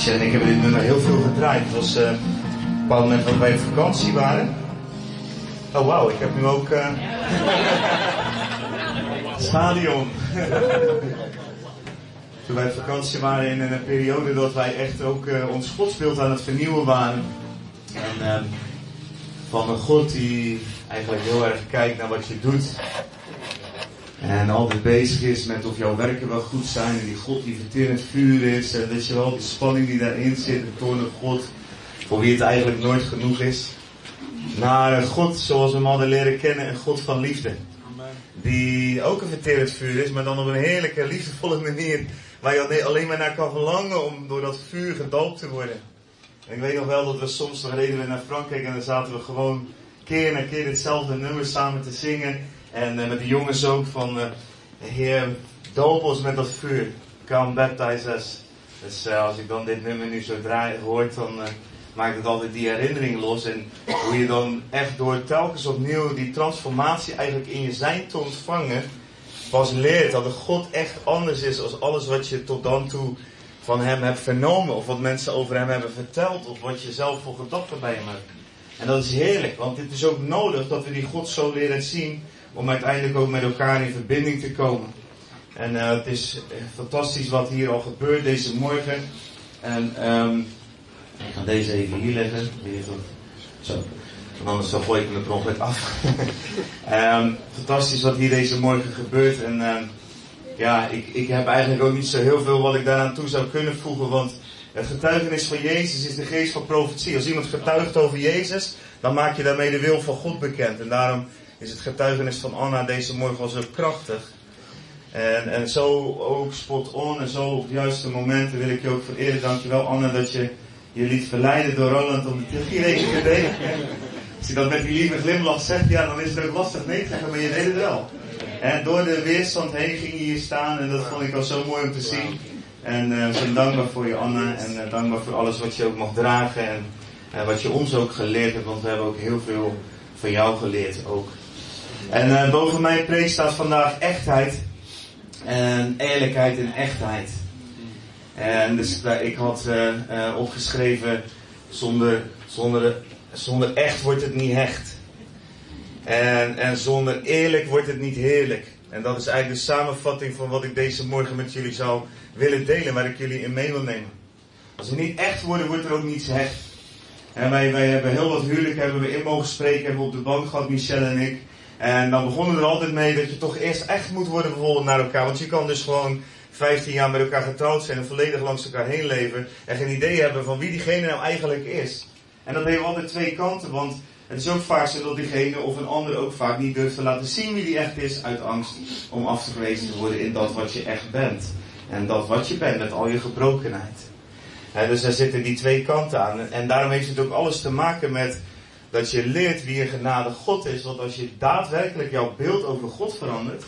En ik heb dit nummer heel veel gedraaid. Het was een bepaald moment dat wij op vakantie waren. Oh wauw, ik heb nu ook stadion. Toen wij op vakantie waren in een periode dat wij echt ook ons godsbeeld aan het vernieuwen waren. En van een God die eigenlijk heel erg kijkt naar wat je doet. En altijd bezig is met of jouw werken wel goed zijn. En die God die verterend vuur is. En weet je wel, die spanning die daarin zit. De toorn van God. Voor wie het eigenlijk nooit genoeg is. Naar een God zoals we hem hadden leren kennen. Een God van liefde. Die ook een verterend vuur is. Maar dan op een heerlijke, liefdevolle manier. Waar je alleen maar naar kan verlangen om door dat vuur gedoopt te worden. En ik weet nog wel dat we soms, dan reden we naar Frankrijk. En dan zaten we gewoon keer na keer hetzelfde nummer samen te zingen. En met de jongens ook van, Heer, doop ons met dat vuur. Come baptize us. Dus als ik dan dit nummer nu zo hoort, dan maakt het altijd die herinnering los. En hoe je dan echt door telkens opnieuw die transformatie eigenlijk in je zijn te ontvangen, pas leert dat de God echt anders is als alles wat je tot dan toe van hem hebt vernomen. Of wat mensen over hem hebben verteld. Of wat je zelf voor gedachten bij hem hebt. En dat is heerlijk, want het is ook nodig dat we die God zo leren zien. Om uiteindelijk ook met elkaar in verbinding te komen. En het is fantastisch wat hier al gebeurt deze morgen. En ik ga deze even hier leggen. Zo. Want anders dan gooi ik hem per ongeluk af. Fantastisch wat hier deze morgen gebeurt. En ja, ik heb eigenlijk ook niet zo heel veel wat ik daaraan toe zou kunnen voegen. Want het getuigenis van Jezus is de geest van profetie. Als iemand getuigt over Jezus, dan maak je daarmee de wil van God bekend. En daarom is het getuigenis van Anna deze morgen wel zo krachtig. En zo ook spot on en zo op de juiste momenten wil ik je ook vereren. Dankjewel Anna dat je je liet verleiden door Roland om de theologierekening te delen. Als je dat met die lieve glimlach zegt, ja dan is het ook lastig nee te zeggen, maar je deed het wel. En door de weerstand heen ging je hier staan en dat vond ik al zo mooi om te zien. En we zijn dankbaar voor je Anna en dankbaar voor alles wat je ook mag dragen en wat je ons ook geleerd hebt, want we hebben ook heel veel van jou geleerd ook. En boven mijn preek staat vandaag echtheid en eerlijkheid en echtheid. En dus ik had opgeschreven zonder echt wordt het niet hecht. En zonder eerlijk wordt het niet heerlijk. En dat is eigenlijk de samenvatting van wat ik deze morgen met jullie zou willen delen, waar ik jullie in mee wil nemen. Als we niet echt worden, wordt er ook niets hecht. En wij hebben heel wat huwelijken hebben we in mogen spreken, hebben we op de bank gehad, Michelle en ik. En dan begonnen we er altijd mee dat je toch eerst echt moet worden bijvoorbeeld naar elkaar. Want je kan dus gewoon 15 jaar met elkaar getrouwd zijn en volledig langs elkaar heen leven. En geen idee hebben van wie diegene nou eigenlijk is. En dat heeft altijd twee kanten, want het is ook vaak zo dat diegene of een ander ook vaak niet durft te laten zien wie die echt is. Uit angst om afgewezen te worden in dat wat je echt bent. En dat wat je bent met al je gebrokenheid. Dus daar zitten die twee kanten aan. En daarom heeft het ook alles te maken met dat je leert wie een genade God is. Want als je daadwerkelijk jouw beeld over God verandert,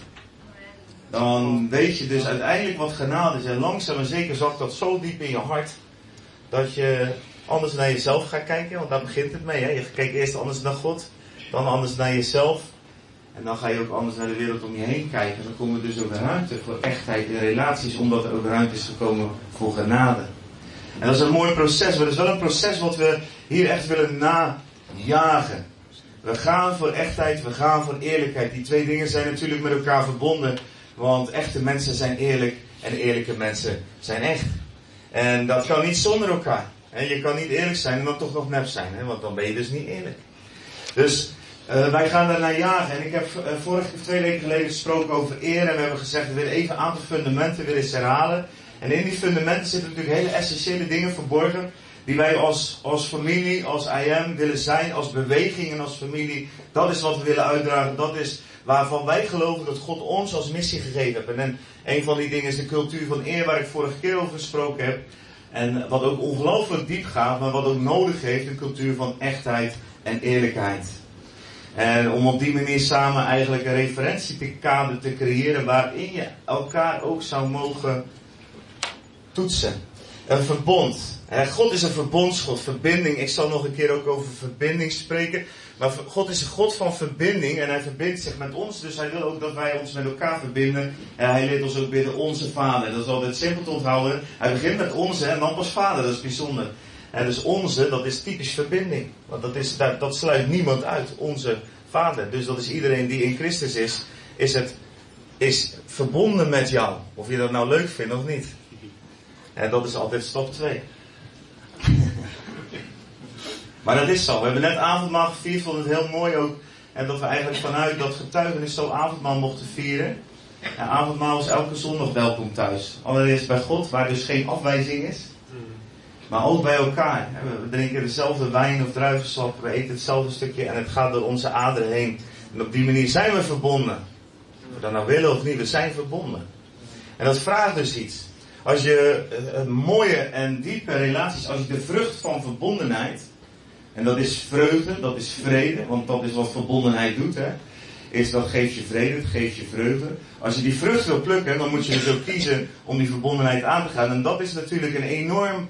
dan weet je dus uiteindelijk wat genade is. En langzaam en zeker zakt dat zo diep in je hart, dat je anders naar jezelf gaat kijken. Want daar begint het mee. Hè? Je kijkt eerst anders naar God, dan anders naar jezelf. En dan ga je ook anders naar de wereld om je heen kijken. En dan komt er dus ook ruimte voor echtheid in relaties, omdat er ook ruimte is gekomen voor genade. En dat is een mooi proces, maar dat is wel een proces wat we hier echt willen najagen. We gaan voor echtheid, we gaan voor eerlijkheid. Die twee dingen zijn natuurlijk met elkaar verbonden. Want echte mensen zijn eerlijk en eerlijke mensen zijn echt. En dat kan niet zonder elkaar. Je kan niet eerlijk zijn en dan toch nog nep zijn. Want dan ben je dus niet eerlijk. Dus wij gaan daar naar jagen. En ik heb 2 weken geleden gesproken over eer. En we hebben gezegd, we willen even een aantal fundamenten weer eens herhalen. En in die fundamenten zitten natuurlijk hele essentiële dingen verborgen. Die wij als familie, als IM willen zijn, als beweging en als familie. Dat is wat we willen uitdragen. Dat is waarvan wij geloven dat God ons als missie gegeven heeft. En een van die dingen is de cultuur van eer, waar ik vorige keer over gesproken heb. En wat ook ongelooflijk diep gaat, maar wat ook nodig heeft, een cultuur van echtheid en eerlijkheid. En om op die manier samen eigenlijk een referentiekader te creëren waarin je elkaar ook zou mogen toetsen. Een verbond. God is een verbondsgod, verbinding. Ik zal nog een keer ook over verbinding spreken. Maar God is een God van verbinding en hij verbindt zich met ons. Dus hij wil ook dat wij ons met elkaar verbinden. En hij leert ons ook bidden onze Vader. Dat is altijd simpel te onthouden. Hij begint met onze en dan pas Vader. Dat is bijzonder. En dus onze, dat is typisch verbinding. Want dat sluit niemand uit. Onze Vader. Dus dat is iedereen die in Christus is verbonden met jou. Of je dat nou leuk vindt of niet. En dat is altijd stap 2. Maar dat is zo. We hebben net avondmaal gevierd. Vond het heel mooi ook. En dat we eigenlijk vanuit dat getuigenis zo avondmaal mochten vieren. En avondmaal is elke zondag welkom thuis. Allereerst bij God, waar dus geen afwijzing is. Maar ook bij elkaar. We drinken dezelfde wijn of druivensap. We eten hetzelfde stukje en het gaat door onze aderen heen. En op die manier zijn we verbonden. Of we dat nou willen of niet, we zijn verbonden. En dat vraagt dus iets. Als je een mooie en diepe relaties, als je de vrucht van verbondenheid, en dat is vreugde, dat is vrede, want dat is wat verbondenheid doet, is dat geeft je vrede, het geeft je vreugde. Als je die vrucht wil plukken, dan moet je dus ook kiezen om die verbondenheid aan te gaan. En dat is natuurlijk een enorm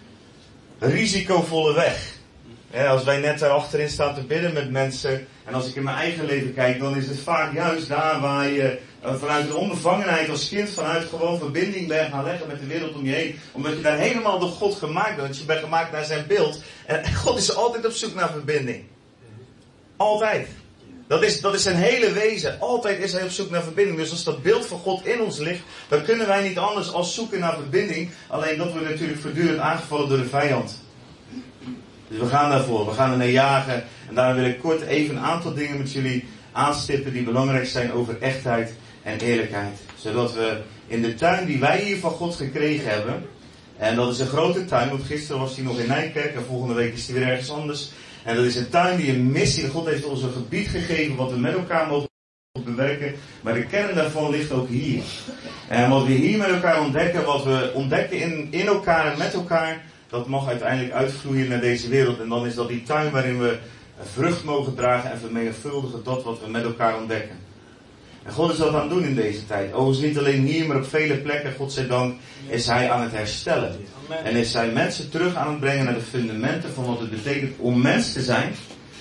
risicovolle weg. Als wij net daar achterin staan te bidden met mensen, en als ik in mijn eigen leven kijk, dan is het vaak juist daar waar je vanuit de onbevangenheid als kind, vanuit gewoon verbinding bent gaan leggen met de wereld om je heen. Omdat je daar helemaal door God gemaakt bent. Je bent gemaakt naar zijn beeld. En God is altijd op zoek naar verbinding. Altijd. Dat is zijn hele wezen. Altijd is hij op zoek naar verbinding. Dus als dat beeld van God in ons ligt, dan kunnen wij niet anders als zoeken naar verbinding. Alleen dat we natuurlijk voortdurend aangevallen door de vijand. Dus we gaan daarvoor. We gaan er naar jagen. En daarom wil ik kort even een aantal dingen met jullie aanstippen die belangrijk zijn over echtheid en eerlijkheid. Zodat we in de tuin die wij hier van God gekregen hebben. En dat is een grote tuin. Want gisteren was hij nog in Nijkerk. En volgende week is hij weer ergens anders. En dat is een tuin die een missie. God heeft ons een gebied gegeven wat we met elkaar mogen bewerken. Maar de kern daarvan ligt ook hier. En wat we hier met elkaar ontdekken. Wat we ontdekken in elkaar en met elkaar. Dat mag uiteindelijk uitvloeien naar deze wereld. En dan is dat die tuin waarin we vrucht mogen dragen en vermenigvuldigen dat wat we met elkaar ontdekken. En God is dat aan het doen in deze tijd. Overigens niet alleen hier, maar op vele plekken, godzijdank, is hij aan het herstellen. En is hij mensen terug aan het brengen naar de fundamenten van wat het betekent om mens te zijn.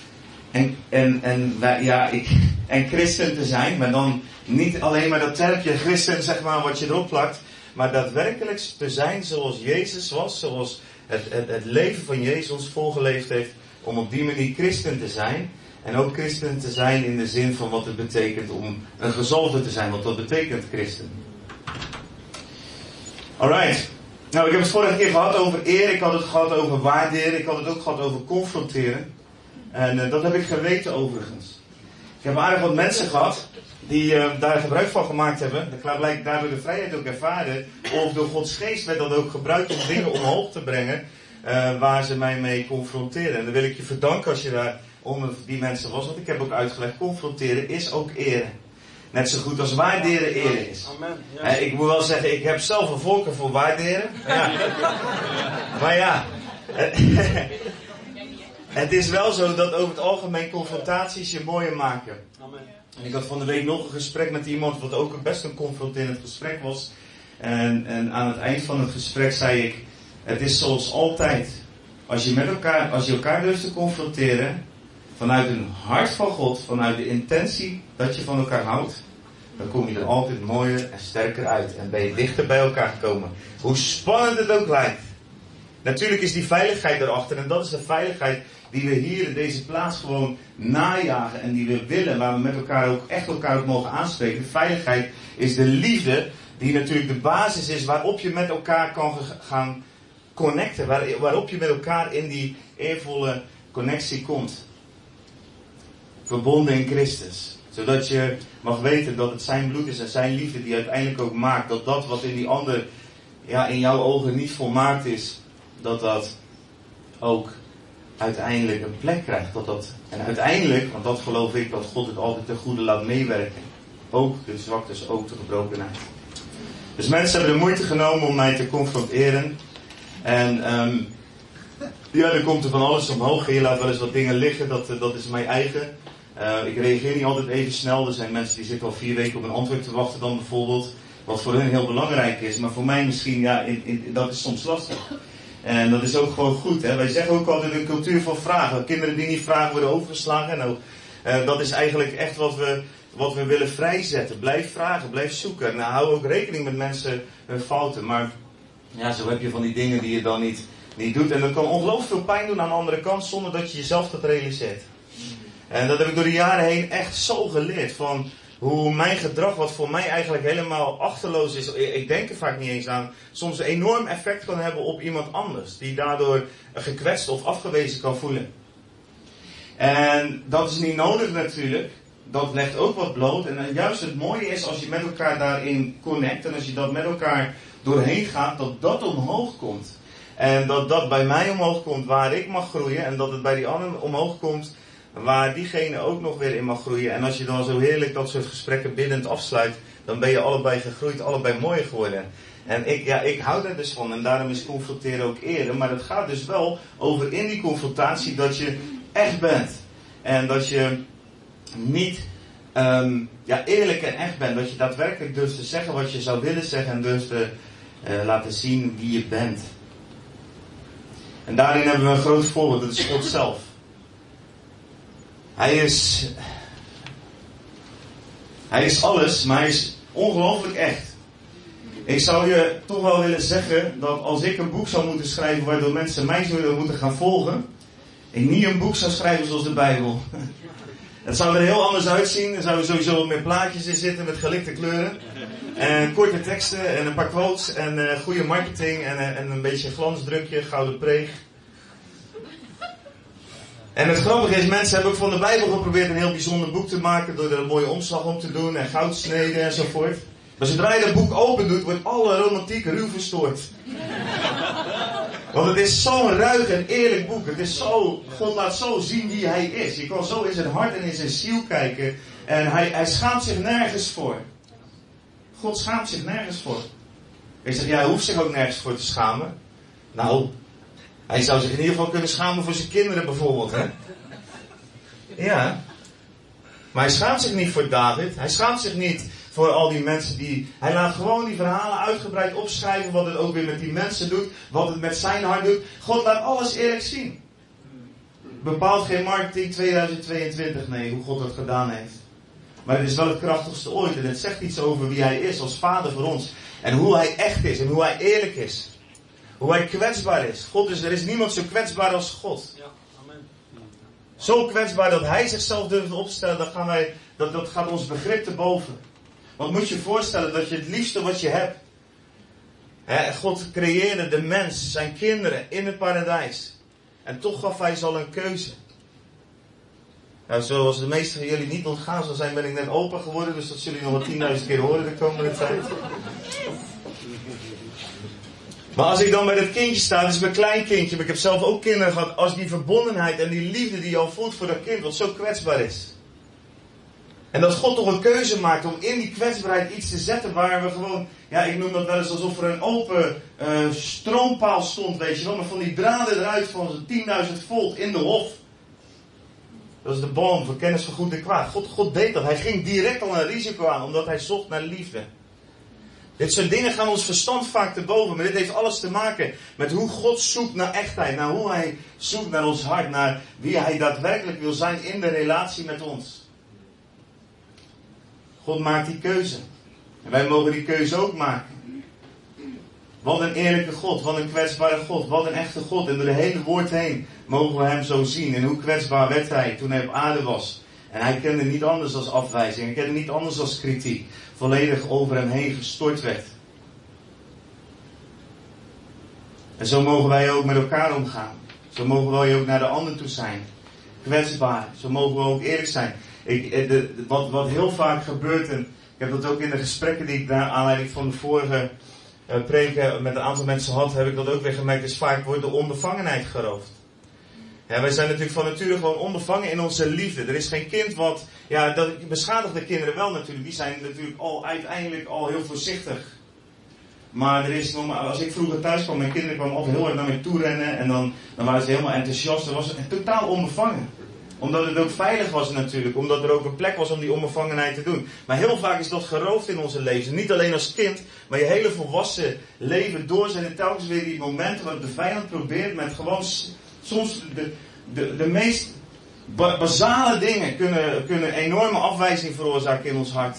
En christen te zijn, maar dan niet alleen maar dat terpje christen, zeg maar, wat je erop plakt. Maar daadwerkelijk te zijn zoals Jezus was, zoals het leven van Jezus ons volgeleefd heeft, om op die manier christen te zijn. En ook christen te zijn in de zin van wat het betekent om een gezalfde te zijn, want dat betekent christen. Alright. Nou, ik heb het vorige keer gehad over eer, ik had het gehad over waarderen, ik had het ook gehad over confronteren. En dat heb ik geweten overigens. Ik heb aardig wat mensen gehad die daar gebruik van gemaakt hebben. Ik daardoor de vrijheid ook ervaren. Of door Gods geest werd dat ook gebruikt om dingen omhoog te brengen. Waar ze mij mee confronteren. En dan wil ik je verdanken als je daar onder die mensen was. Want ik heb ook uitgelegd, confronteren is ook eren. Net zo goed als waarderen eren is. Amen. Ja. Ik moet wel zeggen, ik heb zelf een voorkeur voor waarderen. Ja. Maar ja. Het is wel zo dat over het algemeen confrontaties je mooier maken. Amen. En ik had van de week nog een gesprek met iemand wat ook best een confronterend gesprek was. En aan het eind van het gesprek zei ik, het is zoals altijd. Als je elkaar durft te confronteren, vanuit een hart van God, vanuit de intentie dat je van elkaar houdt, dan kom je er altijd mooier en sterker uit. En ben je dichter bij elkaar gekomen. Hoe spannend het ook lijkt. Natuurlijk is die veiligheid erachter. En dat is de veiligheid die we hier in deze plaats gewoon najagen. En die we willen. Waar we met elkaar ook echt elkaar ook mogen aanspreken. De veiligheid is de liefde. Die natuurlijk de basis is waarop je met elkaar kan gaan connecten. Waarop je met elkaar in die eervolle connectie komt. Verbonden in Christus. Zodat je mag weten dat het zijn bloed is en zijn liefde die uiteindelijk ook maakt. Dat dat wat in die ander, in jouw ogen niet volmaakt is. Dat ook uiteindelijk een plek krijgt. En uiteindelijk, want dat geloof ik, dat God het altijd ten goede laat meewerken. Ook de zwaktes, ook de gebrokenheid. Dus mensen hebben de moeite genomen om mij te confronteren. En er komt er van alles omhoog. Je laat wel eens wat dingen liggen, dat is mijn eigen. Ik reageer niet altijd even snel. Er zijn mensen die zitten al 4 weken op een antwoord te wachten dan bijvoorbeeld. Wat voor hun heel belangrijk is, maar voor mij misschien, ja, dat is soms lastig. En dat is ook gewoon goed. Hè? Wij zeggen ook altijd een cultuur van vragen. Kinderen die niet vragen worden overgeslagen. Nou, dat is eigenlijk echt wat we willen vrijzetten. Blijf vragen, blijf zoeken. Nou, hou ook rekening met mensen hun fouten. Maar ja, zo heb je van die dingen die je dan niet doet. En dat kan ongelooflijk veel pijn doen aan de andere kant zonder dat je jezelf dat realiseert. En dat heb ik door de jaren heen echt zo geleerd. Van hoe mijn gedrag, wat voor mij eigenlijk helemaal achterloos is. Ik denk er vaak niet eens aan. Soms een enorm effect kan hebben op iemand anders. Die daardoor gekwetst of afgewezen kan voelen. En dat is niet nodig natuurlijk. Dat legt ook wat bloot. En juist het mooie is als je met elkaar daarin connect. En als je dat met elkaar doorheen gaat. Dat dat omhoog komt. En dat dat bij mij omhoog komt waar ik mag groeien. En dat het bij die ander omhoog komt waar diegene ook nog weer in mag groeien. En als je dan zo heerlijk dat soort gesprekken biddend afsluit. Dan ben je allebei gegroeid, allebei mooi geworden. En ik hou daar dus van. En daarom is confronteren ook eren. Maar het gaat dus wel over in die confrontatie dat je echt bent. En dat je niet eerlijk en echt bent. Dat je daadwerkelijk durft te zeggen wat je zou willen zeggen. En durft te laten zien wie je bent. En daarin hebben we een groot voorbeeld. Dat is God zelf. Hij is alles, maar hij is ongelooflijk echt. Ik zou je toch wel willen zeggen dat als ik een boek zou moeten schrijven waardoor mensen mij zouden moeten gaan volgen, ik niet een boek zou schrijven zoals de Bijbel. Het zou er heel anders uitzien. Er zouden sowieso wat meer plaatjes in zitten met gelikte kleuren. En korte teksten en een paar quotes en goede marketing en een beetje glansdrukje, gouden preeg. En het grappige is, mensen hebben ook van de Bijbel geprobeerd een heel bijzonder boek te maken door er een mooie omslag om te doen en goudsneden enzovoort. Maar zodra je dat boek open doet, wordt alle romantiek ruw verstoord. Want het is zo'n ruig en eerlijk boek. Het is zo, God laat zo zien wie hij is. Je kan zo in zijn hart en in zijn ziel kijken. En hij schaamt zich nergens voor. God schaamt zich nergens voor. Je zegt, ja, hij hoeft zich ook nergens voor te schamen. Nou, hij zou zich in ieder geval kunnen schamen voor zijn kinderen bijvoorbeeld, hè? Ja. Maar hij schaamt zich niet voor David. Hij schaamt zich niet voor al die mensen die... Hij laat gewoon die verhalen uitgebreid opschrijven. Wat het ook weer met die mensen doet. Wat het met zijn hart doet. God laat alles eerlijk zien. Bepaalt geen marketing 2022. Nee, hoe God dat gedaan heeft. Maar het is wel het krachtigste ooit. En het zegt iets over wie hij is als vader voor ons. En hoe hij echt is. En hoe hij eerlijk is. Hoe hij kwetsbaar is. Er is niemand zo kwetsbaar als God. Ja, amen. Zo kwetsbaar dat hij zichzelf durft op te stellen. Dat gaat ons begrip te boven. Want moet je je voorstellen dat je het liefste wat je hebt. God creëerde de mens, zijn kinderen in het paradijs. En toch gaf hij ze al een keuze. Nou, zoals de meesten van jullie niet ontgaan zal zijn, ben ik net opa geworden. Dus dat zullen jullie nog wel 10.000 keer horen de komende tijd. Maar als ik dan bij dat kindje sta, dat is mijn kleinkindje, maar ik heb zelf ook kinderen gehad. Als die verbondenheid en die liefde die je al voelt voor dat kind, wat zo kwetsbaar is. En dat God toch een keuze maakt om in die kwetsbaarheid iets te zetten waar we gewoon... Ja, ik noem dat wel eens alsof er een open stroompaal stond, weet je wel. Maar van die draden eruit van zo'n 10.000 volt in de hof. Dat is de boom van kennis van goed en kwaad. God deed dat. Hij ging direct al een risico aan, omdat hij zocht naar liefde. Dit soort dingen gaan ons verstand vaak te boven. Maar dit heeft alles te maken met hoe God zoekt naar echtheid. Naar hoe hij zoekt naar ons hart. Naar wie hij daadwerkelijk wil zijn in de relatie met ons. God maakt die keuze. En wij mogen die keuze ook maken. Wat een eerlijke God. Wat een kwetsbare God. Wat een echte God. En door het hele woord heen mogen we hem zo zien. En hoe kwetsbaar werd hij toen hij op aarde was. En hij kende niet anders als afwijzing. Hij kende niet anders als kritiek. Volledig over hem heen gestort werd. En zo mogen wij ook met elkaar omgaan. Zo mogen wij ook naar de ander toe zijn. Kwetsbaar. Zo mogen we ook eerlijk zijn. Wat heel vaak gebeurt, en ik heb dat ook in de gesprekken die ik naar aanleiding van de vorige preken met een aantal mensen had, heb ik dat ook weer gemerkt, is vaak wordt de onbevangenheid geroofd. Ja, wij zijn natuurlijk van nature gewoon onbevangen in onze liefde. Er is geen kind wat... Ja, dat beschadigde kinderen wel natuurlijk. Die zijn natuurlijk uiteindelijk al heel voorzichtig. Maar er is nog maar... Als ik vroeger thuis kwam, mijn kinderen kwamen altijd heel erg naar mij toe rennen. En dan waren ze helemaal enthousiast. Dat was totaal onbevangen. Omdat het ook veilig was natuurlijk. Omdat er ook een plek was om die onbevangenheid te doen. Maar heel vaak is dat geroofd in onze leven. Niet alleen als kind, maar je hele volwassen leven door zijn er telkens weer die momenten waarop de vijand probeert met gewoon soms de meest basale dingen kunnen enorme afwijzing veroorzaken in ons hart.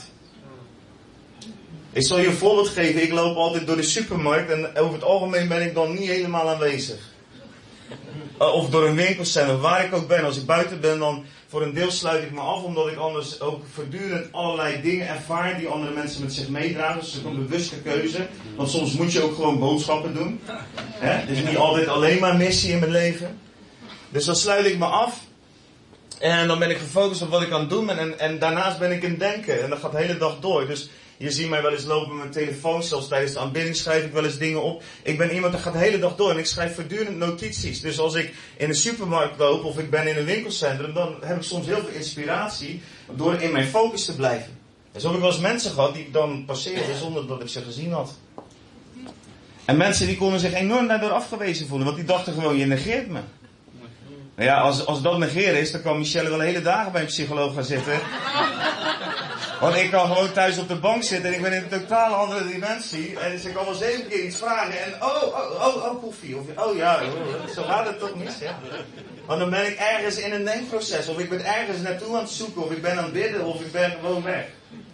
Ik zal je een voorbeeld geven. Ik loop altijd door de supermarkt en over het algemeen ben ik dan niet helemaal aanwezig. Of door een winkelcentrum, waar ik ook ben. Als ik buiten ben, dan voor een deel sluit ik me af, omdat ik anders ook voortdurend allerlei dingen ervaar die andere mensen met zich meedragen. Dus dat is ook een bewuste keuze. Want soms moet je ook gewoon boodschappen doen. Het is niet altijd alleen maar missie in mijn leven. Dus dan sluit ik me af. En dan ben ik gefocust op wat ik aan het doen ben. En daarnaast ben ik in denken. En dat gaat de hele dag door. Dus je ziet mij wel eens lopen met mijn telefoon. Zelfs tijdens de aanbidding schrijf ik wel eens dingen op. Ik ben iemand dat gaat de hele dag door. En ik schrijf voortdurend notities. Dus als ik in een supermarkt loop of ik ben in een winkelcentrum. Dan heb ik soms heel veel inspiratie. Door in mijn focus te blijven. En zo heb ik wel eens mensen gehad die ik dan passeerde zonder dat ik ze gezien had. En mensen die konden zich enorm daardoor afgewezen voelen. Want die dachten gewoon, je negeert me. Nou ja, als dat negeren is, dan kan Michelle wel hele dagen bij een psycholoog gaan zitten. Want ik kan gewoon thuis op de bank zitten en ik ben in een totaal andere dimensie. En ze kan wel 7 keer iets vragen en koffie. Of, zo gaat het toch niet, ja. Want dan ben ik ergens in een denkproces. Of ik ben ergens naartoe aan het zoeken. Of ik ben aan het bidden. Of ik ben gewoon weg.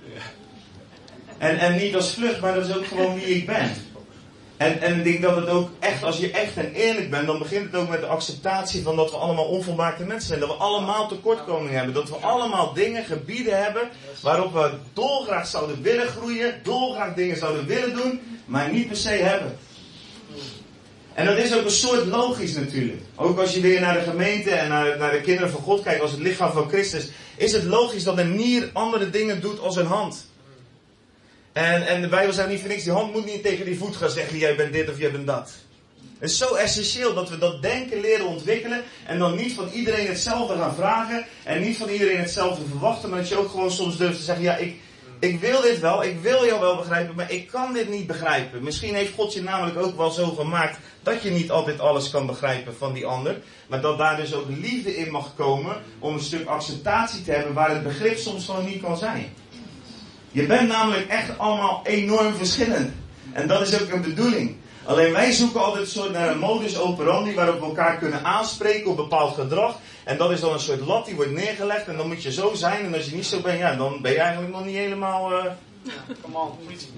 En niet als vlucht, maar dat is ook gewoon wie ik ben. En ik denk dat het ook echt, als je echt en eerlijk bent, dan begint het ook met de acceptatie van dat we allemaal onvolmaakte mensen zijn. Dat we allemaal tekortkomingen hebben. Dat we allemaal dingen, gebieden hebben, waarop we dolgraag zouden willen groeien, dolgraag dingen zouden willen doen, maar niet per se hebben. En dat is ook een soort logisch natuurlijk. Ook als je weer naar de gemeente en naar de kinderen van God kijkt, als het lichaam van Christus, is het logisch dat een nier andere dingen doet als een hand. En de Bijbel zegt niet voor niks, die hand moet niet tegen die voet gaan zeggen, jij bent dit of jij bent dat. Het is zo essentieel dat we dat denken leren ontwikkelen en dan niet van iedereen hetzelfde gaan vragen en niet van iedereen hetzelfde verwachten, maar dat je ook gewoon soms durft te zeggen, ja, ik wil dit wel, ik wil jou wel begrijpen, maar ik kan dit niet begrijpen. Misschien heeft God je namelijk ook wel zo gemaakt dat je niet altijd alles kan begrijpen van die ander, maar dat daar dus ook liefde in mag komen om een stuk acceptatie te hebben waar het begrip soms gewoon niet kan zijn. Je bent namelijk echt allemaal enorm verschillend. En dat is ook een bedoeling. Alleen wij zoeken altijd een soort naar een modus operandi waarop we elkaar kunnen aanspreken op bepaald gedrag. En dat is dan een soort lat die wordt neergelegd en dan moet je zo zijn. En als je niet zo bent, ja, dan ben je eigenlijk nog niet helemaal... Come on.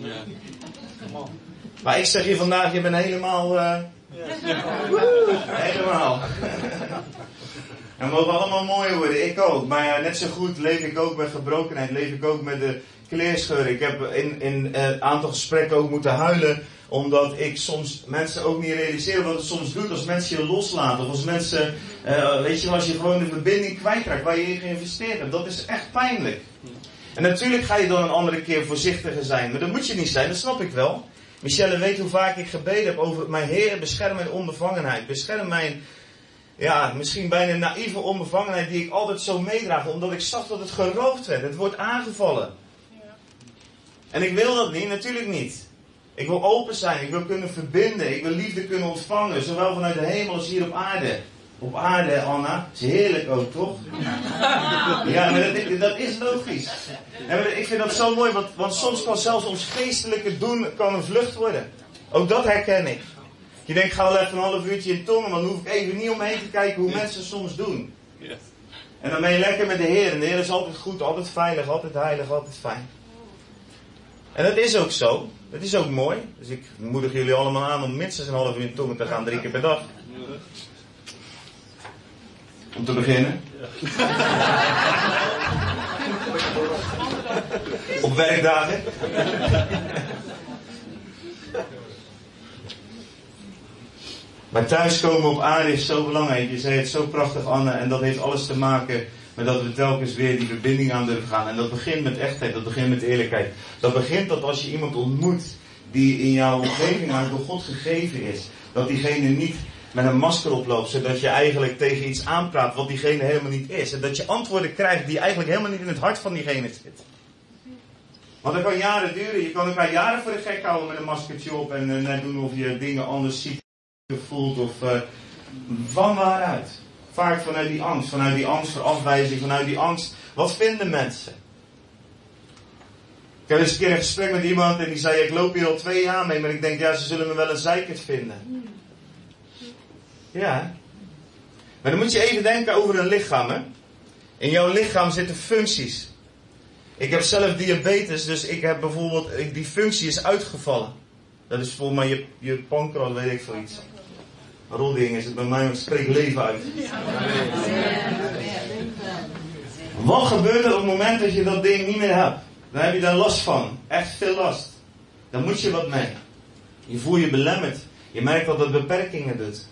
Maar ik zeg je vandaag, je bent helemaal... Helemaal. En we mogen allemaal mooi worden, ik ook. Maar ja, net zo goed leef ik ook met gebrokenheid, leef ik ook met de kleerscheuren. Ik heb in een aantal gesprekken ook moeten huilen, omdat ik soms mensen ook niet realiseer wat het soms doet als mensen je loslaten. Of als mensen, weet je, als je gewoon de verbinding kwijtraakt waar je in geïnvesteerd hebt. Dat is echt pijnlijk. En natuurlijk ga je dan een andere keer voorzichtiger zijn. Maar dat moet je niet zijn, dat snap ik wel. Michelle weet hoe vaak ik gebeden heb over mijn Heer, bescherm mijn onbevangenheid. Bescherm mijn... Ja, misschien bijna naïeve onbevangenheid die ik altijd zo meedraag. Omdat ik zag dat het geroofd werd. Het wordt aangevallen. Ja. En ik wil dat niet, natuurlijk niet. Ik wil open zijn, ik wil kunnen verbinden. Ik wil liefde kunnen ontvangen. Zowel vanuit de hemel als hier op aarde. Op aarde, Anna. Is heerlijk ook, toch? Ja, maar dat is logisch. En ik vind dat zo mooi, want soms kan zelfs ons geestelijke doen kan een vlucht worden. Ook dat herken ik. Je denkt, ga wel even een half uurtje in tongen, maar dan hoef ik even niet omheen te kijken hoe mensen soms doen. Yes. En dan ben je lekker met de Heer. En de Heer is altijd goed, altijd veilig, altijd heilig, altijd fijn. En dat is ook zo. Dat is ook mooi. Dus ik moedig jullie allemaal aan om minstens een half uur in tongen te gaan, 3 keer per dag. Om te beginnen. Op werkdagen. Maar thuiskomen op aarde is zo belangrijk. Je zei het zo prachtig, Anne. En dat heeft alles te maken met dat we telkens weer die verbinding aan durven gaan. En dat begint met echtheid. Dat begint met eerlijkheid. Dat begint dat als je iemand ontmoet die in jouw omgeving door God gegeven is. Dat diegene niet met een masker oploopt. Zodat je eigenlijk tegen iets aanpraat wat diegene helemaal niet is. En dat je antwoorden krijgt die eigenlijk helemaal niet in het hart van diegene zitten. Want dat kan jaren duren. Je kan elkaar jaren voor de gek houden met een maskertje op. En net doen of je dingen anders ziet. Voelt of van waaruit. Vaak vanuit die angst voor afwijzing, vanuit die angst. Wat vinden mensen? Ik heb eens een keer een gesprek met iemand en die zei, ik loop hier al 2 jaar mee, maar ik denk, ja, ze zullen me wel een zeikert vinden. Ja. Maar dan moet je even denken over een lichaam, hè. In jouw lichaam zitten functies. Ik heb zelf diabetes, dus ik heb bijvoorbeeld, die functie is uitgevallen. Dat is volgens mij je pancreas, weet ik veel iets. Rodding is het bij mij, het spreekt leven uit. Wat gebeurt er op het moment dat je dat ding niet meer hebt? Dan heb je daar last van. Echt veel last. Dan moet je wat mee. Je voelt je belemmerd. Je merkt dat het beperkingen doet.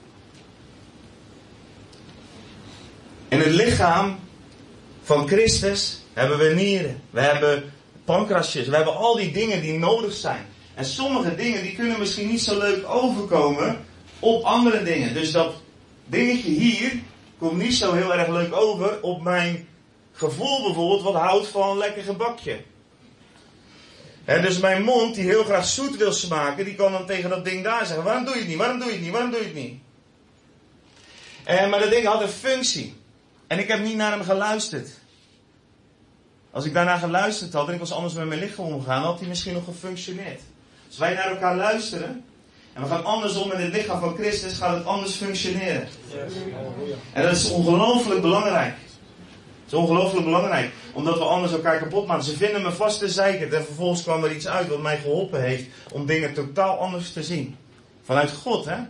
In het lichaam van Christus hebben we nieren. We hebben pancreasjes. We hebben al die dingen die nodig zijn. En sommige dingen die kunnen misschien niet zo leuk overkomen op andere dingen. Dus dat dingetje hier komt niet zo heel erg leuk over op mijn gevoel bijvoorbeeld wat houdt van een lekker gebakje. Dus mijn mond die heel graag zoet wil smaken, die kan dan tegen dat ding daar zeggen, waarom doe je het niet, waarom doe je het niet, waarom doe je het niet. Maar dat ding had een functie. En ik heb niet naar hem geluisterd. Als ik daarna geluisterd had en ik was anders met mijn lichaam omgegaan, had hij misschien nog gefunctioneerd. Als wij naar elkaar luisteren en we gaan andersom met het lichaam van Christus, gaat het anders functioneren. En dat is ongelooflijk belangrijk. Het is ongelooflijk belangrijk, omdat we anders elkaar kapot maken. Ze vinden me vast te zeikerd en vervolgens kwam er iets uit wat mij geholpen heeft om dingen totaal anders te zien. Vanuit God, hè.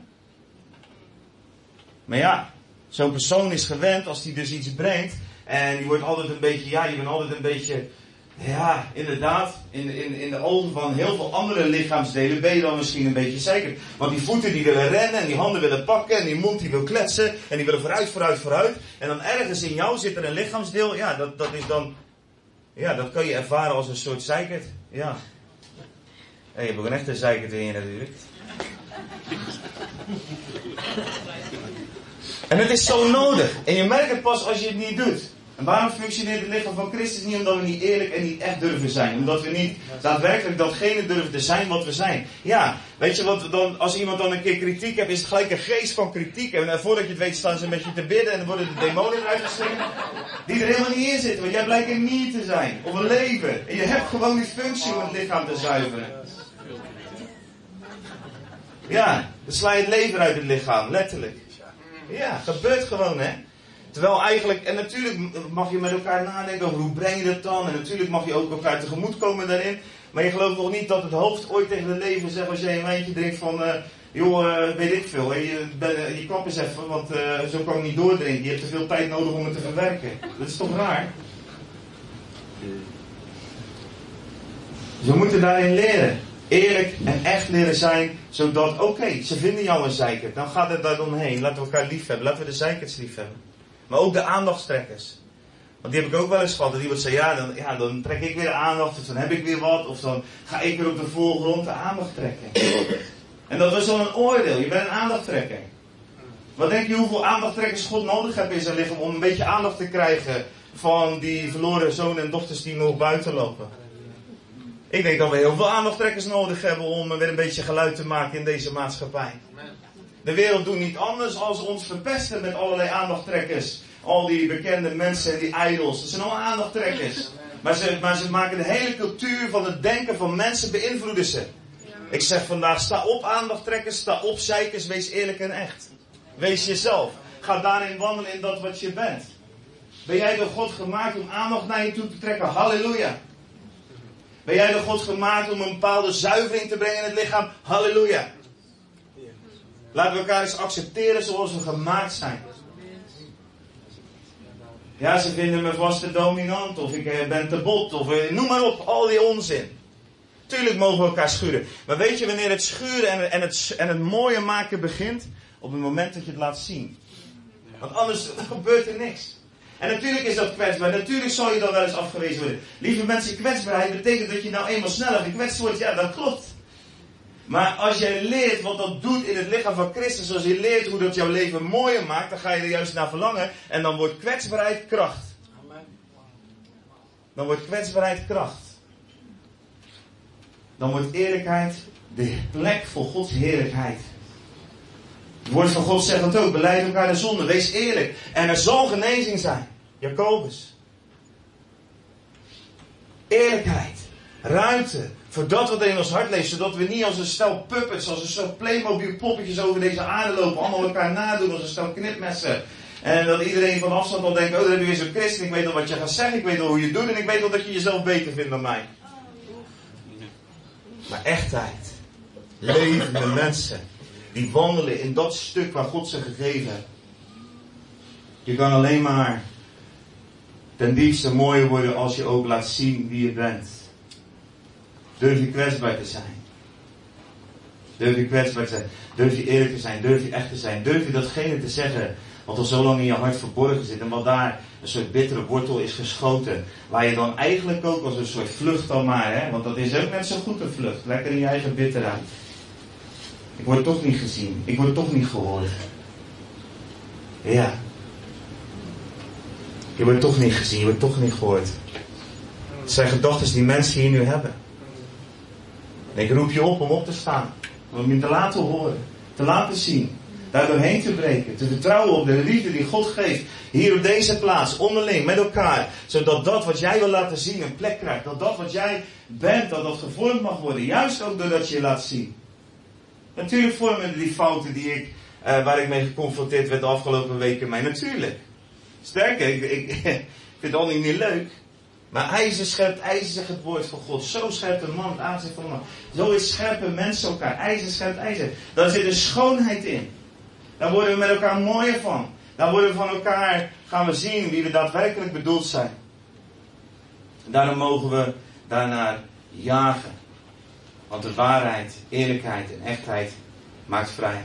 Maar ja, zo'n persoon is gewend als die dus iets brengt en die wordt altijd een beetje, ja, je bent altijd een beetje, ja, inderdaad, in de ogen van heel veel andere lichaamsdelen ben je dan misschien een beetje zeker. Want die voeten die willen rennen en die handen willen pakken en die mond die wil kletsen en die willen vooruit. En dan ergens in jou zit er een lichaamsdeel, ja, dat is dan, ja, dat kan je ervaren als een soort zeikert. Ja. Je hebt ook een echte zeikert in je natuurlijk. En het is zo nodig. En je merkt het pas als je het niet doet. En waarom functioneert het lichaam van Christus niet? Omdat we niet eerlijk en niet echt durven zijn. Omdat we niet daadwerkelijk datgene durven te zijn wat we zijn. Ja, weet je wat, dan, als iemand dan een keer kritiek heeft, is het gelijk een geest van kritiek. En voordat je het weet staan ze met je te bidden en dan worden de demonen eruit geslingerd. Die er helemaal niet in zitten, want jij blijkt een niet te zijn. Of een leven. En je hebt gewoon die functie om het lichaam te zuiveren. Ja, dan sla je het leven uit het lichaam, letterlijk. Ja, gebeurt gewoon, hè. Terwijl eigenlijk, en natuurlijk mag je met elkaar nadenken over hoe breng je dat dan. En natuurlijk mag je ook elkaar tegemoetkomen daarin. Maar je gelooft nog niet dat het hoofd ooit tegen het leven zegt als jij een wijntje drinkt van, joh, weet ik veel. Je kap eens even, want zo kan ik niet doordrinken. Je hebt te veel tijd nodig om het te verwerken. Dat is toch raar? Dus we moeten daarin leren. Eerlijk en echt leren zijn, zodat, oké, ze vinden jou een zeikert. Dan gaat het daar omheen. Laten we elkaar lief hebben. Laten we de zeikerts lief hebben. Maar ook de aandachtstrekkers. Want die heb ik ook wel eens gehad. Dat iemand zei, ja, dan trek ik weer aandacht. Of dan heb ik weer wat. Of dan ga ik weer op de voorgrond de aandacht trekken. En dat was dan een oordeel. Je bent een aandachttrekker. Wat denk je hoeveel aandachttrekkers God nodig heeft in zijn lichaam om een beetje aandacht te krijgen van die verloren zonen en dochters die nog buiten lopen? Ik denk dat we heel veel aandachttrekkers nodig hebben om weer een beetje geluid te maken in deze maatschappij. De wereld doet niet anders als ons verpesten met allerlei aandachttrekkers. Al die bekende mensen en die idols. Dat zijn allemaal aandachttrekkers. Maar ze maken de hele cultuur van het denken van mensen beïnvloeden ze. Ik zeg vandaag, sta op aandachttrekkers, sta op zeikers, wees eerlijk en echt. Wees jezelf. Ga daarin wandelen in dat wat je bent. Ben jij door God gemaakt om aandacht naar je toe te trekken? Halleluja. Ben jij door God gemaakt om een bepaalde zuivering te brengen in het lichaam? Halleluja. Laten we elkaar eens accepteren zoals we gemaakt zijn. Ja, ze vinden me vast te dominant. Of ik ben te bot. Of noem maar op. Al die onzin. Tuurlijk mogen we elkaar schuren. Maar weet je wanneer het schuren en het mooie maken begint? Op het moment dat je het laat zien. Want anders gebeurt er niks. En natuurlijk is dat kwetsbaar. Natuurlijk zal je dan wel eens afgewezen worden. Lieve mensen, kwetsbaarheid betekent dat je nou eenmaal sneller gekwetst wordt. Ja, dat klopt. Maar als jij leert wat dat doet in het lichaam van Christus. Als je leert hoe dat jouw leven mooier maakt. Dan ga je er juist naar verlangen. En dan wordt kwetsbaarheid kracht. Dan wordt kwetsbaarheid kracht. Dan wordt eerlijkheid de plek voor Gods heerlijkheid. Het woord van God zegt dat ook. Belijd elkaar de zonde. Wees eerlijk. En er zal genezing zijn. Jacobus. Eerlijkheid. Ruimte. Voor dat wat in ons hart leeft. Zodat we niet als een stel puppets. Als een stel Playmobil poppetjes over deze aarde lopen. Allemaal elkaar nadoen als een stel knipmessen. En dat iedereen van afstand al denkt. Oh, daar heb je weer zo'n christen. Ik weet al wat je gaat zeggen. Ik weet al hoe je het doet. En ik weet al dat je jezelf beter vindt dan mij. Maar echtheid. Levende mensen. Die wandelen in dat stuk waar God ze gegeven heeft. Je kan alleen maar ten diepste mooier worden als je ook laat zien wie je bent. Durf je kwetsbaar te zijn. Durf je kwetsbaar te zijn. Durf je eerlijk te zijn. Durf je echt te zijn. Durf je datgene te zeggen wat al zo lang in je hart verborgen zit. En wat daar een soort bittere wortel is geschoten. Waar je dan eigenlijk ook als een soort vlucht al maar. Hè? Want dat is ook net zo goed een vlucht. Lekker in je eigen bitterheid. Ik word toch niet gezien. Ik word toch niet gehoord. Ja. Je wordt toch niet gezien. Je wordt toch niet gehoord. Het zijn gedachten die mensen hier nu hebben. En ik roep je op om op te staan. Om je te laten horen. Te laten zien. Daar doorheen te breken. Te vertrouwen op de liefde die God geeft. Hier op deze plaats. Onderling. Met elkaar. Zodat dat wat jij wil laten zien een plek krijgt. Dat dat wat jij bent. Dat dat gevormd mag worden. Juist ook doordat je je laat zien. Natuurlijk vormen die fouten die ik, waar ik mee geconfronteerd werd de afgelopen weken mij. Natuurlijk. Sterker, ik vind het al niet leuk. Maar ijzer scherpt ijzer, zegt het woord van God. Zo scherpt een man het aanzicht van een man. Zo is scherpen mensen elkaar. IJzer scherpt ijzer. Daar zit een schoonheid in. Daar worden we met elkaar mooier van. Daar worden we van elkaar, gaan we zien wie we daadwerkelijk bedoeld zijn. En daarom mogen we daarnaar jagen. Want de waarheid, eerlijkheid en echtheid maakt vrij.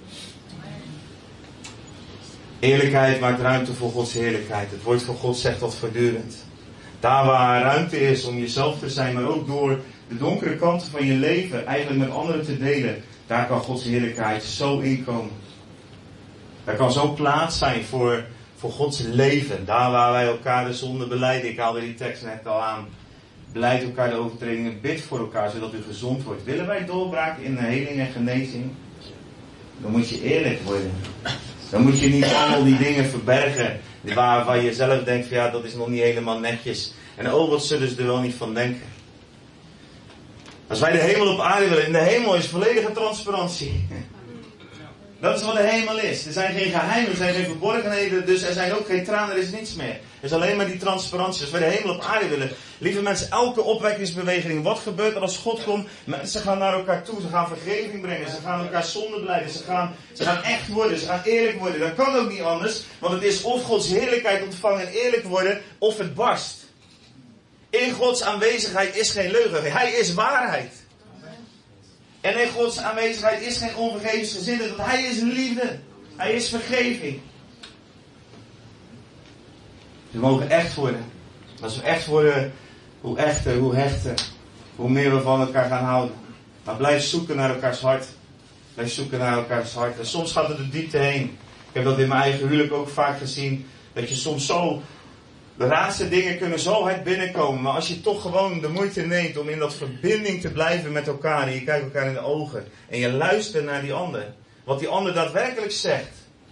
Eerlijkheid maakt ruimte voor Gods heerlijkheid. Het woord van God zegt dat voortdurend. Daar waar ruimte is om jezelf te zijn, maar ook door de donkere kanten van je leven eigenlijk met anderen te delen. Daar kan Gods heerlijkheid zo inkomen. Daar kan zo plaats zijn voor Gods leven. Daar waar wij elkaar de zonde belijden. Ik haalde die tekst net al aan. Belijd elkaar de overtredingen, bid voor elkaar zodat u gezond wordt. Willen wij doorbraken in heling en genezing? Dan moet je eerlijk worden. Dan moet je niet allemaal die dingen verbergen waar je zelf denkt van ja, dat is nog niet helemaal netjes. En oh, wat zullen ze er wel niet van denken. Als wij de hemel op aarde willen, in de hemel is volledige transparantie. Dat is wat de hemel is. Er zijn geen geheimen, er zijn geen verborgenheden, dus er zijn ook geen tranen, er is niets meer. Er is alleen maar die transparantie. Als wij de hemel op aarde willen, lieve mensen, elke opwekkingsbeweging, wat gebeurt er als God komt? Mensen gaan naar elkaar toe, ze gaan vergeving brengen, ze gaan elkaar zonde belijden, ze gaan echt worden, ze gaan eerlijk worden. Dat kan ook niet anders, want het is of Gods heerlijkheid ontvangen en eerlijk worden, of het barst. In Gods aanwezigheid is geen leugen, Hij is waarheid. En in Gods aanwezigheid is geen onvergevensgezindheid, want Hij is liefde. Hij is vergeving. We mogen echt worden. Als we echt worden, hoe echter, hoe hechter, hoe meer we van elkaar gaan houden. Maar blijf zoeken naar elkaars hart. Blijf zoeken naar elkaars hart. En soms gaat het de diepte heen. Ik heb dat in mijn eigen huwelijk ook vaak gezien. Dat je soms zo, de raarste dingen kunnen zo hard binnenkomen. Maar als je toch gewoon de moeite neemt om in dat verbinding te blijven met elkaar. En je kijkt elkaar in de ogen. En je luistert naar die ander. Wat die ander daadwerkelijk zegt.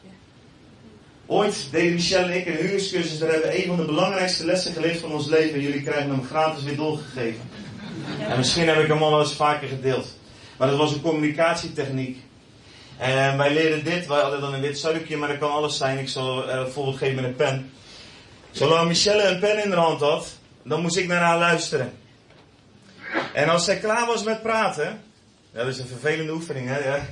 Ooit deden Michel en ik een huwelijkscursus. Daar hebben we een van de belangrijkste lessen geleerd van ons leven. En jullie krijgen hem gratis weer doorgegeven. En misschien heb ik hem al wel eens vaker gedeeld. Maar dat was een communicatietechniek. En wij leerden dit. Wij hadden dan een wit zuikje, maar dat kan alles zijn. Ik zal een voorbeeld geven met een pen. Zolang Michelle een pen in haar hand had, dan moest ik naar haar luisteren. En als zij klaar was met praten. Dat is een vervelende oefening, hè? Ja.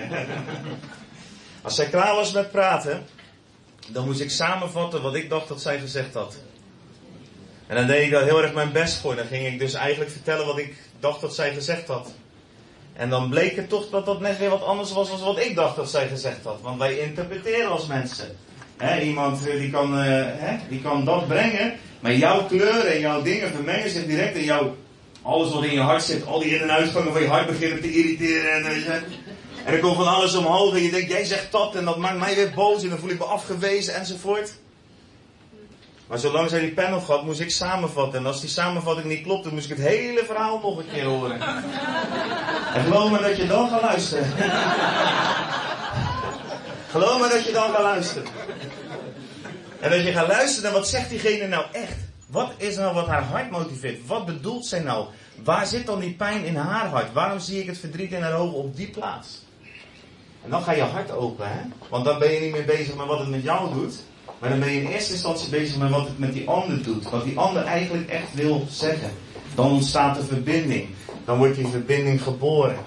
Als zij klaar was met praten, dan moest ik samenvatten wat ik dacht dat zij gezegd had. En dan deed ik daar heel erg mijn best voor. Dan ging ik dus eigenlijk vertellen wat ik dacht dat zij gezegd had. En dan bleek het toch dat dat net weer wat anders was dan wat ik dacht dat zij gezegd had. Want wij interpreteren als mensen. Iemand die kan dat brengen. Maar jouw kleuren en jouw dingen vermengen zich direct in jouw... Alles wat in je hart zit. Al die in- en uitgangen van je hart beginnen te irriteren. En er komt van alles omhoog. En je denkt, jij zegt dat. En dat maakt mij weer boos. En dan voel ik me afgewezen enzovoort. Maar zolang zij die pen nog had, moest ik samenvatten. En als die samenvatting niet klopte, moest ik het hele verhaal nog een keer horen. En geloof me dat je dan gaat luisteren. Geloof me dat je dan gaat luisteren. En als je gaat luisteren, dan wat zegt diegene nou echt? Wat is nou wat haar hart motiveert? Wat bedoelt zij nou? Waar zit dan die pijn in haar hart? Waarom zie ik het verdriet in haar ogen op die plaats? En dan ga je hart open, hè? Want dan ben je niet meer bezig met wat het met jou doet. Maar dan ben je in eerste instantie bezig met wat het met die ander doet. Wat die ander eigenlijk echt wil zeggen. Dan ontstaat er verbinding. Dan wordt die verbinding geboren.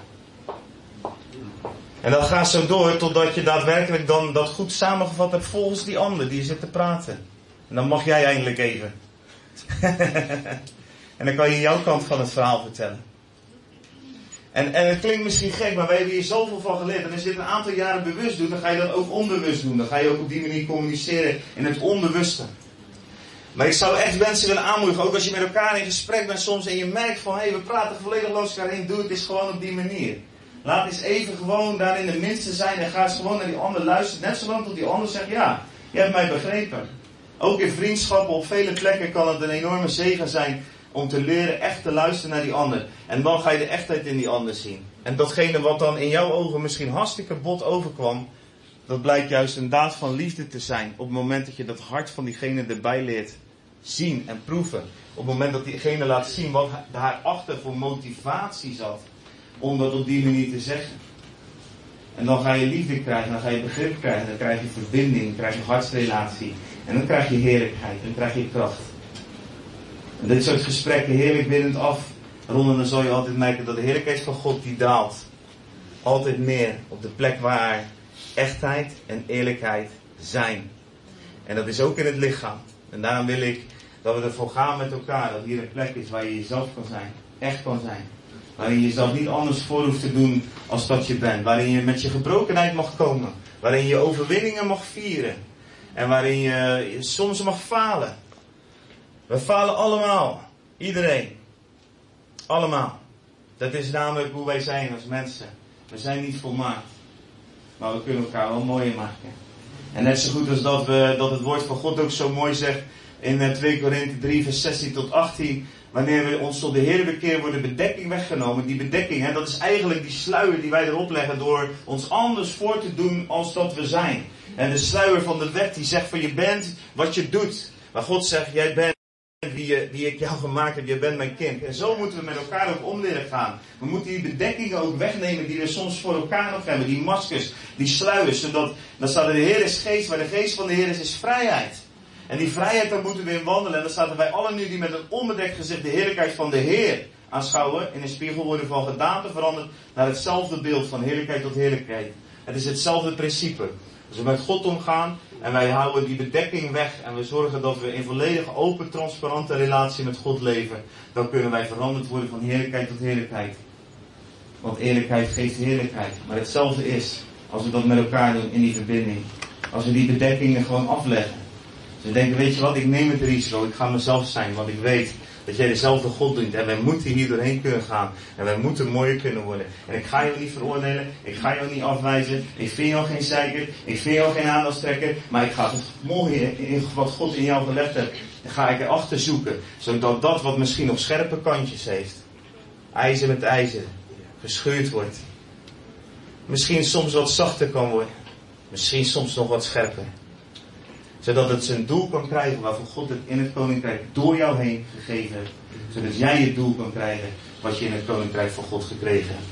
En dat gaat zo door totdat je daadwerkelijk dan dat goed samengevat hebt volgens die ander die je zit te praten. En dan mag jij eindelijk even. En dan kan je jouw kant van het verhaal vertellen. En het klinkt misschien gek, maar wij hebben hier zoveel van geleerd. En als je dit een aantal jaren bewust doet, dan ga je dat ook onbewust doen. Dan ga je ook op die manier communiceren in het onbewuste. Maar ik zou echt mensen willen aanmoedigen, ook als je met elkaar in gesprek bent soms en je merkt van, hé, we praten volledig langs elkaar heen, doe het eens gewoon op die manier. Laat eens even gewoon daarin de minste zijn en ga eens gewoon naar die ander luisteren. Net zolang tot die ander zegt, ja, je hebt mij begrepen. Ook in vriendschappen op vele plekken kan het een enorme zegen zijn om te leren echt te luisteren naar die ander. En dan ga je de echtheid in die ander zien. En datgene wat dan in jouw ogen misschien hartstikke bot overkwam, dat blijkt juist een daad van liefde te zijn. Op het moment dat je dat hart van diegene erbij leert zien en proeven. Op het moment dat diegene laat zien wat daarachter voor motivatie zat. Om dat op die manier te zeggen. En dan ga je liefde krijgen, dan ga je begrip krijgen, dan krijg je verbinding, dan krijg je hartsrelatie. En dan krijg je heerlijkheid, dan krijg je kracht. En dit soort gesprekken heerlijk binnend afronden, dan zal je altijd merken dat de heerlijkheid van God die daalt. Altijd meer op de plek waar echtheid en eerlijkheid zijn. En dat is ook in het lichaam. En daarom wil ik dat we ervoor gaan met elkaar, dat hier een plek is waar je jezelf kan zijn, echt kan zijn. Waarin je jezelf niet anders voor hoeft te doen als dat je bent. Waarin je met je gebrokenheid mag komen. Waarin je overwinningen mag vieren. En waarin je soms mag falen. We falen allemaal. Iedereen. Allemaal. Dat is namelijk hoe wij zijn als mensen. We zijn niet volmaakt. Maar we kunnen elkaar wel mooier maken. En net zo goed als dat het woord van God ook zo mooi zegt in 2 Korinthe 3 vers 16 tot 18. Wanneer we ons tot de Heer bekeren, wordt de bedekking weggenomen. Die bedekking, dat is eigenlijk die sluier die wij erop leggen door ons anders voor te doen als dat we zijn. En de sluier van de wet die zegt van je bent wat je doet. Maar God zegt, jij bent wie ik jou gemaakt heb, jij bent mijn kind. En zo moeten we met elkaar ook om leren gaan. We moeten die bedekkingen ook wegnemen die we soms voor elkaar nog hebben. Die maskers, die sluiers. Zodat, dan staat er de Heer is geest, waar de geest van de Heer is vrijheid. En die vrijheid, daar moeten we in wandelen. En dan staat er wij allen nu die met een onbedekt gezicht de heerlijkheid van de Heer aanschouwen. In een spiegel worden van gedaante veranderd naar hetzelfde beeld van heerlijkheid tot heerlijkheid. Het is hetzelfde principe. Als we met God omgaan en wij houden die bedekking weg en we zorgen dat we in volledig open, transparante relatie met God leven, dan kunnen wij veranderd worden van heerlijkheid tot heerlijkheid. Want eerlijkheid geeft heerlijkheid. Maar hetzelfde is als we dat met elkaar doen in die verbinding. Als we die bedekkingen gewoon afleggen. Ze denken, weet je wat, ik neem het risico, ik ga mezelf zijn, want ik weet dat jij dezelfde God doet. En wij moeten hier doorheen kunnen gaan. En wij moeten mooier kunnen worden. En ik ga jou niet veroordelen, ik ga jou niet afwijzen, ik vind jou geen zeiker, ik vind jou geen aandachtstrekker, maar ik ga het mooie in wat God in jou gelegd heeft, ga ik erachter zoeken. Zodat dat wat misschien nog scherpe kantjes heeft, ijzer met ijzer, geschuurd wordt. Misschien soms wat zachter kan worden. Misschien soms nog wat scherper. Zodat het zijn doel kan krijgen waarvoor God het in het koninkrijk door jou heen gegeven heeft. Zodat jij het doel kan krijgen wat je in het koninkrijk van God gekregen hebt.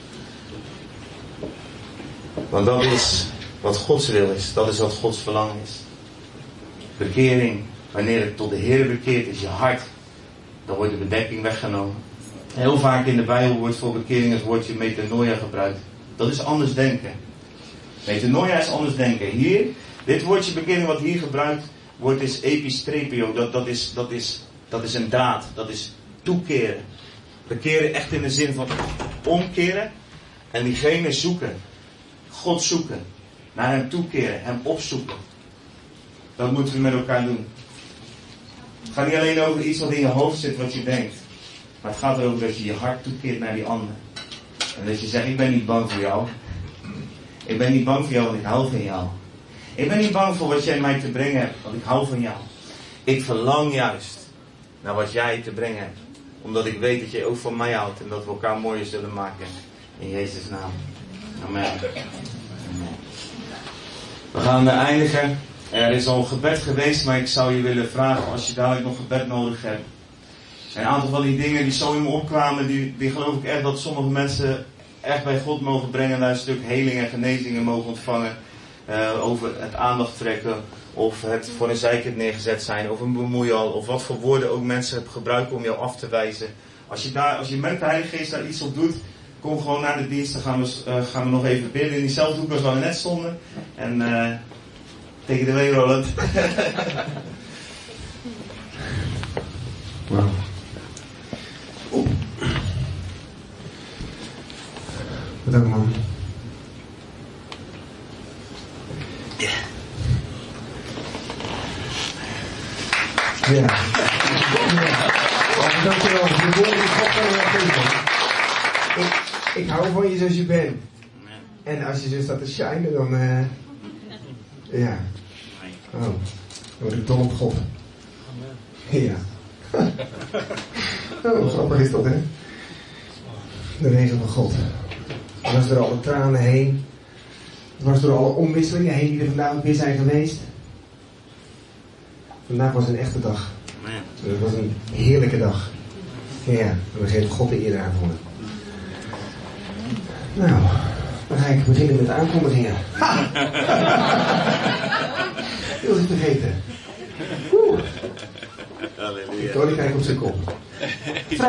Want dat is wat Gods wil is. Dat is wat Gods verlangen is. Bekering, wanneer het tot de Heer bekeerd is, je hart, dan wordt de bedekking weggenomen. Heel vaak in de Bijbel wordt voor bekering het woordje metanoia gebruikt. Dat is anders denken. Metanoia is anders denken. Hier, dit woordje bekering wat hier gebruikt wordt is epistrepio. Dat is een daad. Dat is toekeren. Bekeren echt in de zin van omkeren. En diegene zoeken. God zoeken. Naar hem toekeren. Hem opzoeken. Dat moeten we met elkaar doen. Het gaat niet alleen over iets wat in je hoofd zit wat je denkt. Maar het gaat erover dat je je hart toekeert naar die ander. En dat je zegt, ik ben niet bang voor jou. Ik ben niet bang voor jou, want ik hou van jou. Ik ben niet bang voor wat jij mij te brengen hebt, want ik hou van jou. Ik verlang juist naar wat jij te brengen hebt. Omdat ik weet dat jij ook van mij houdt en dat we elkaar mooier zullen maken. In Jezus' naam. Amen. Amen. We gaan eindigen. Er is al een gebed geweest, maar ik zou je willen vragen als je dadelijk nog gebed nodig hebt. Een aantal van die dingen die zo in me opkwamen, die geloof ik echt dat sommige mensen echt bij God mogen brengen. En daar een stuk heling en genezingen mogen ontvangen. Over het aandacht trekken. Of het voor een zeikert neergezet zijn. Of een bemoeial. Of wat voor woorden ook mensen gebruiken om jou af te wijzen. Als je merkt de Heilige Geest daar iets op doet. Kom gewoon naar de dienst. Dan gaan we nog even bidden. In diezelfde hoek als waar we net stonden. En take it away, Roland. Wauw. Bedankt, man. Ja. Dankjewel. De woorden die God kan geven. Ik hou van je zoals je bent. En als je zo staat te shinen, dan ja. Oh. Dan word ik dol op God. Ja. Oh, grappig is dat, hè? De regen van God. Dwars door alle tranen heen. Dwars door alle omwisselingen heen die er vandaag weer zijn geweest. Vandaag was een echte dag. Het was een heerlijke dag. Ja, en we geven God de eer daarvoor. Nou, dan ga ik beginnen met de aankondigingen. Heel ik vergeten. Halleluja. Het koninkrijk op zijn kop.